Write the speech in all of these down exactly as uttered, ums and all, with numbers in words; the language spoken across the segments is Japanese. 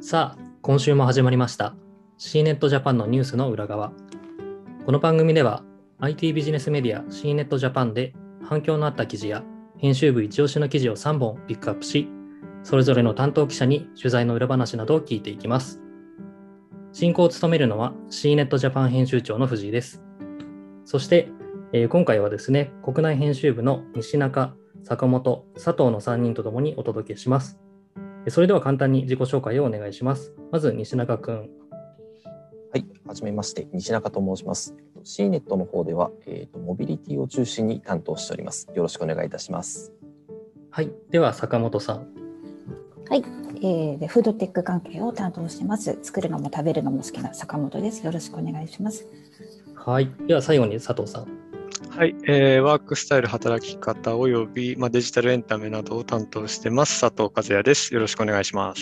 さあ、今週も始まりました シーネット Japan のニュースの裏側。この番組では アイティー ビジネスメディア シーネット Japan で反響のあった記事や編集部一押しの記事をさんぼんピックアップし、それぞれの担当記者に取材の裏話などを聞いていきます。進行を務めるのは シーネット Japan 編集長の藤井です。そして、えー、今回はですね、国内編集部の西中、坂本、佐藤のさんにんとともにお届けします。それでは簡単に自己紹介をお願いします。まず西中くん。 はい、はじめまして、西中と申します。シーネット の方では、えーと、モビリティを中心に担当しております。よろしくお願いいたします。 はい、では坂本さん。 はい、えー、でフードテック関係を担当してます。作るのも食べるのも好きな坂本です。よろしくお願いします。 はい、では最後に佐藤さん。 はい、えー、ワークスタイル、働き方および、まあ、デジタルエンタメなどを担当してます佐藤和也です。よろしくお願いします。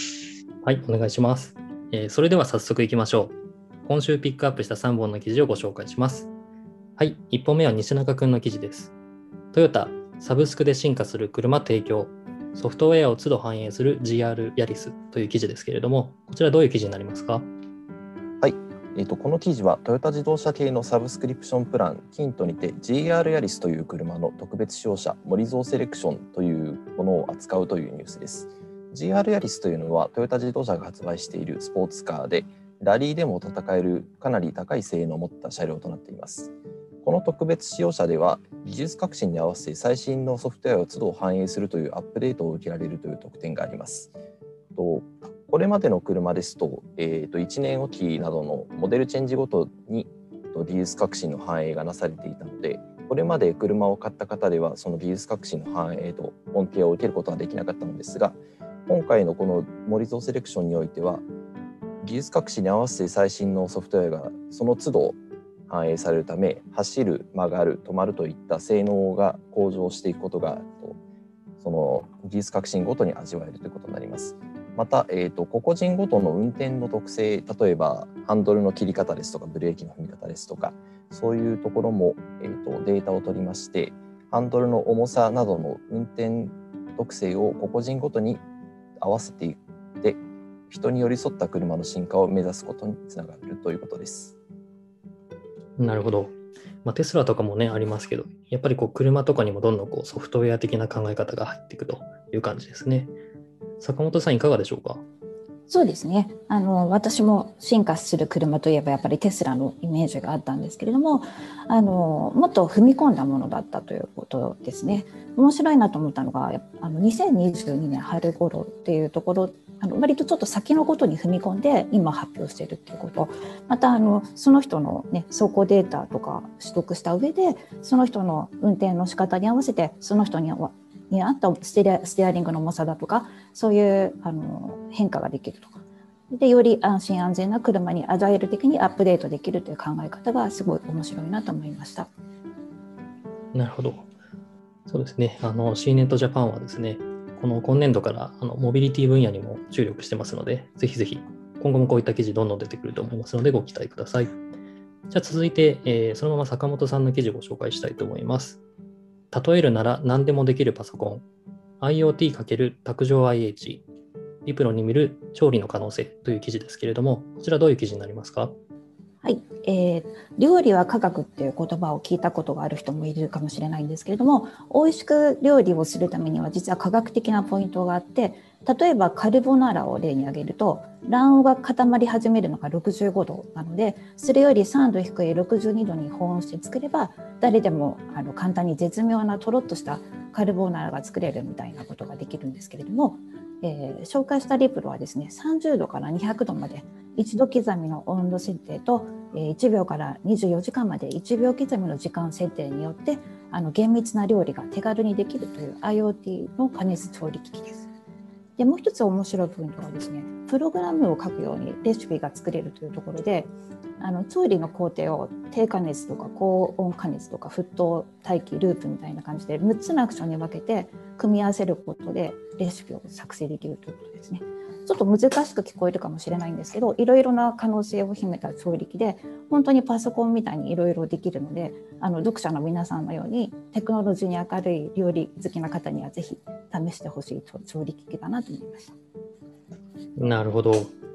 はい、お願いします。えー、それでは早速いきましょう。今週ピックアップしたさんぼんの記事をご紹介します。はい、いっぽんめは西中くんの記事です。トヨタ、サブスクで進化する車提供、ソフトウェアを都度反映する ジーアール ヤリスという記事ですけれども、こちらどういう記事になりますか？ はい、えーと、この記事はトヨタ自動車系のサブスクリプションプランキントにて ジーアール ヤリスという車の特別使用車森蔵セレクションというものを扱うというニュースです。 ジーアール ヤリスというのはトヨタ自動車が発売しているスポーツカーで、ラリーでも戦えるかなり高い性能を持った車両となっています。この特別使用車では技術革新に合わせ最新のソフトウェアを都度反映するというアップデートを受けられるという特典があります。とこれまでの車ですと、えー、といちねんおきなどのモデルチェンジごとに技術革新の反映がなされていたので、これまで車を買った方ではその技術革新の反映と恩恵を受けることはできなかったのですが、今回のこの森蔵セレクションにおいては技術革新に合わせて最新のソフトウェアがその都度反映されるため、走る、曲がる、止まるといった性能が向上していくことがその技術革新ごとに味わえるということになります。また、えーと、個々人ごとの運転の特性、例えばハンドルの切り方ですとかブレーキの踏み方ですとか、そういうところも、えーと、データを取りまして、ハンドルの重さなどの運転特性を個々人ごとに合わせていって人に寄り添った車の進化を目指すことにつながるということです。 なるほど。まあ、テスラとかもねありますけど、やっぱりこう車とかにもどんどんこうソフトウェア的な考え方が入っていくという感じですね。坂本さんいかがでしょうか？ そうですね、あの私も進化する車といえばやっぱりテスラのイメージがあったんですけれども、あのもっと踏み込んだものだったということですね。面白いなと思ったのが、あのにせんにじゅうにねん春頃っていうところ、あの割とちょっと先のことに踏み込んで今発表しているっていうこと、またあのその人の、ね、走行データとか取得した上で、その人の運転の仕方に合わせてその人にはに合ったステア、ステアリングの重さだとか、そういうあの変化ができるとかで、より安心安全な車にアジャイル的にアップデートできるという考え方がすごい面白いなと思いました。 なるほど。そうですね、あの シーネット Japan はですね、この今年度からあのモビリティ分野にも注力してますので、ぜひぜひ今後もこういった記事どんどん出てくると思いますのでご期待ください。じゃあ続いて、えー、そのまま坂本さんの記事をご紹介したいと思います。例えるなら何でもできるパソコン、IoT× 卓上 アイエイチ、リプロに見る調理の可能性という記事ですけれども、こちらどういう記事になりますか？ はい、えー、料理は科学っていう言葉を聞いたことがある人もいるかもしれないんですけれども、美味しく料理をするためには実は科学的なポイントがあって、例えばカルボナーラを例に挙げると、卵黄が固まり始めるのがろくじゅうごどなので、それよりさんど低いろくじゅうにどに保温して作れば、誰でもあの簡単に絶妙なとろっとしたカルボナーラが作れるみたいなことができるんですけれども、えー、紹介したリプロはですね、さんじゅうどからにひゃくどまでいちど刻みの温度設定と、えー、いちびょうからにじゅうよじかんまでいちびょう刻みの時間設定によってあの厳密な料理が手軽にできるという IoT の加熱調理機器です。でもう一つ面白いポイントはですね、プログラムを書くようにレシピが作れるというところで、あの調理の工程を低加熱とか高温加熱とか沸騰待機ループみたいな感じでむっつのアクションに分けて組み合わせることでレシピを作成できるということですね。ちょっと難しく聞こえるかもしれないんですけど、いろいろな可能性を秘めた調理器で本当にパソコンみたいにいろいろできるので、あの読者の皆さんのようにテクノロジーに明るい料理好きな方にはぜひ試してほしい調理機器だなと思いました。 なるほど。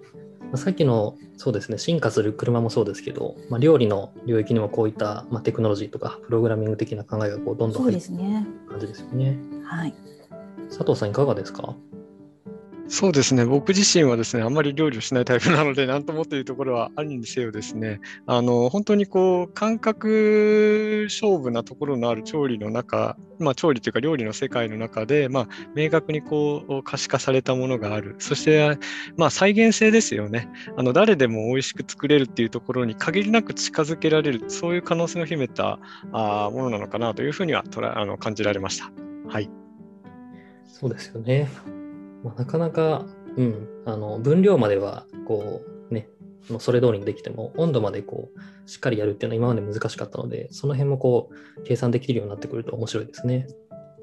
あ、さっきのそうですね、進化する車もそうですけど、まあ、料理の領域にもこういった、まあ、テクノロジーとかプログラミング的な考えがこうどんどんそう入っていくですね。 感じですよね。 はい。 佐藤さんいかがですか？ そうですね、僕自身はですね、あんまり料理をしないタイプなので、なんともというところはあるにせよですね、あの本当にこう感覚勝負なところのある調理の中、まあ、調理というか料理の世界の中で、まあ、明確にこう可視化されたものがある、そして、まあ、再現性ですよね。あの誰でも美味しく作れるっていうところに限りなく近づけられる、そういう可能性の秘めたあものなのかなというふうには捉えあの感じられました。はい。 そうですよね。まあ、なかなか、うん、あの分量まではこう、ね、それ通りにできても温度までこうしっかりやるっていうのは今まで難しかったので、その辺もこう計算できるようになってくると面白いですね。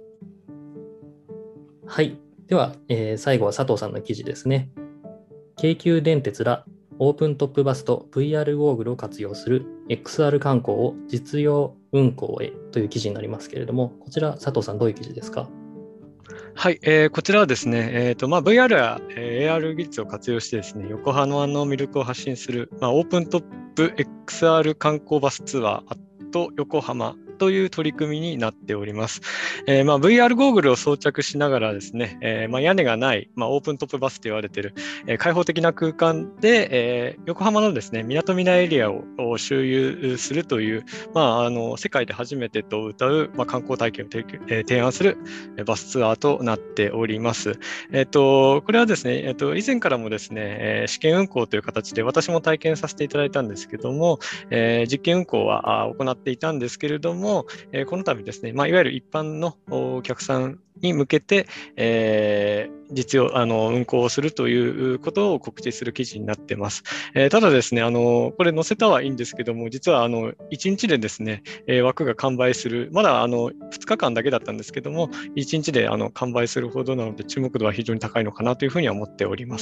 はい。では、えー最後は佐藤さんの記事ですね。京急電鉄らオープントップバスと ブイアール ゴーグルを活用する エックスアール 観光を実用運行へという記事になりますけれども、こちら佐藤さんどういう記事ですか？ はい、えーこちらはですね、えーとまあ、ブイアール や、えーエーアール 技術を活用してですね、横浜の魅力を発信する、まあ、オープントップ エックスアール 観光バスツアーと横浜という取り組みになっております。えーまあ、ブイアール ゴーグルを装着しながらですね、えーまあ、屋根がない、まあ、オープントップバスと言われている、えー開放的な空間で、えー横浜のですね、みなとみらいエリアをを周遊するという、まあ、あの世界で初めてと謳う、まあ、観光体験を提供、えー提案するバスツアーとなっております。えっと、これはですね、えっと、以前からもですね、えー試験運行という形で私も体験させていただいたんですけども、えー実験運行はあ行っていたんですけれども、えーこの度ですね、まあ、いわゆる一般のお客さんに向けて、えー実用あの運行をするということを告知する記事になっています。えーただですね、あのこれ載せたはいいんですけども、実はあのいちにちでですね、えー枠が完売する、まだあのふつかかんだけだったんですけども、いちにちであの完売するほどなので、注目度は非常に高いのかなというふうには思っております。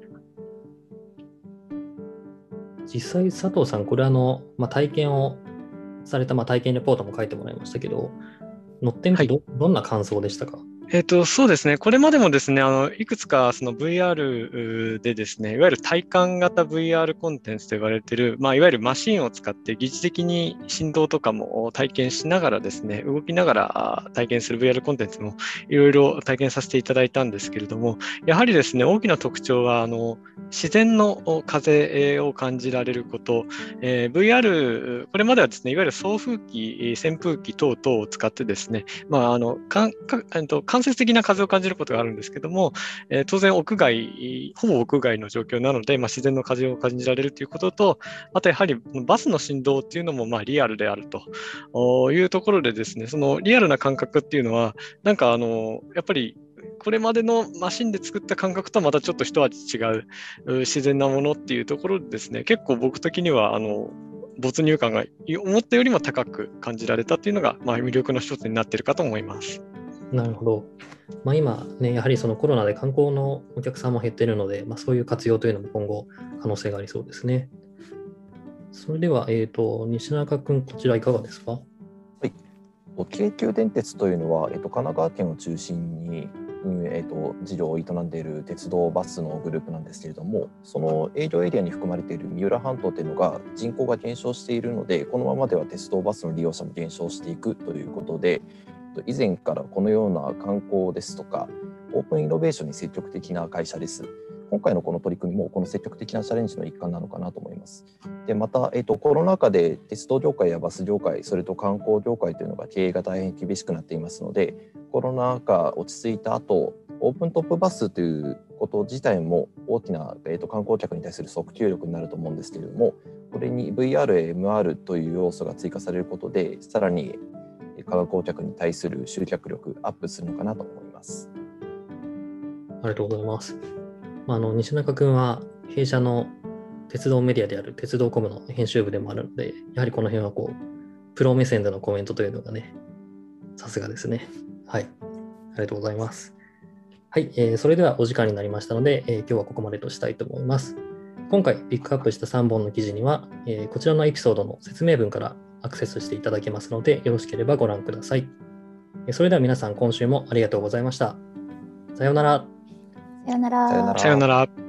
実際佐藤さん、これあの、まあ、体験をされた、まあ、体験レポートも書いてもらいましたけど、乗ってみはい。 てど、どんな感想でしたか？ えっと、そうですね。これまでもですね、あの、いくつかその ブイアール でですね、いわゆる体感型 ブイアール コンテンツと言われている、まあ、いわゆるマシンを使って疑似的に振動とかも体験しながらですね、動きながら体験する ブイアール コンテンツもいろいろ体験させていただいたんですけれども、やはりですね、大きな特徴は、あの、自然の風を感じられること、えー ブイアール、これまではですね、いわゆる送風機、扇風機等々を使ってですね、まあ、あの、かんかえっと間接的な風を感じることがあるんですけども、えー当然屋外、ほぼ屋外の状況なので、まあ、自然の風を感じられるということと、あとやはりバスの振動っていうのもまあリアルであるというところでですね、そのリアルな感覚っていうのは、なんかあの、やっぱりこれまでのマシンで作った感覚とはまたちょっと一味違うう自然なものっていうところでですね、結構僕的にはあの没入感が思ったよりも高く感じられたっていうのが、まあ、魅力の一つになっているかと思います。 なるほど。まあ、今ね、やはりそのコロナで観光のお客さんも減っているので、まあ、そういう活用というのも今後可能性がありそうですね。それでは、えーと、西中君、こちらいかがですか？ 京急電鉄というのは、えっと、神奈川県を中心に運営、えっと、事業を営んでいる鉄道バスのグループなんですけれども、その営業エリアに含まれている三浦半島というのが人口が減少しているので、このままでは鉄道バスの利用者も減少していくということで、以前からこのような観光ですとかオープンイノベーションに積極的な会社です。今回のこの取り組みもこの積極的なチャレンジの一環なのかなと思います。でまた、えーと、コロナ禍で鉄道業界やバス業界、それと観光業界というのが経営が大変厳しくなっていますので、コロナ禍落ち着いた後、オープントップバスということ自体も大きな、えーと、観光客に対する訴求力になると思うんですけれども、これに ブイアール、エムアール という要素が追加されることで、さらに観光客に対する集客力アップするのかなと思います。 ありがとうございます。あの西中君は弊社の鉄道メディアである鉄道コムの編集部でもあるので、やはりこの辺はこうプロ目線でのコメントというのがね、さすがですね。はい、ありがとうございます。はい、えー、それではお時間になりましたので、えー、今日はここまでとしたいと思います。今回ピックアップしたさんぼんの記事には、えー、こちらのエピソードの説明文からアクセスしていただけますので、よろしければご覧ください。それでは皆さん、今週もありがとうございました。さようなら。 さよなら。 さようなら。 さようなら。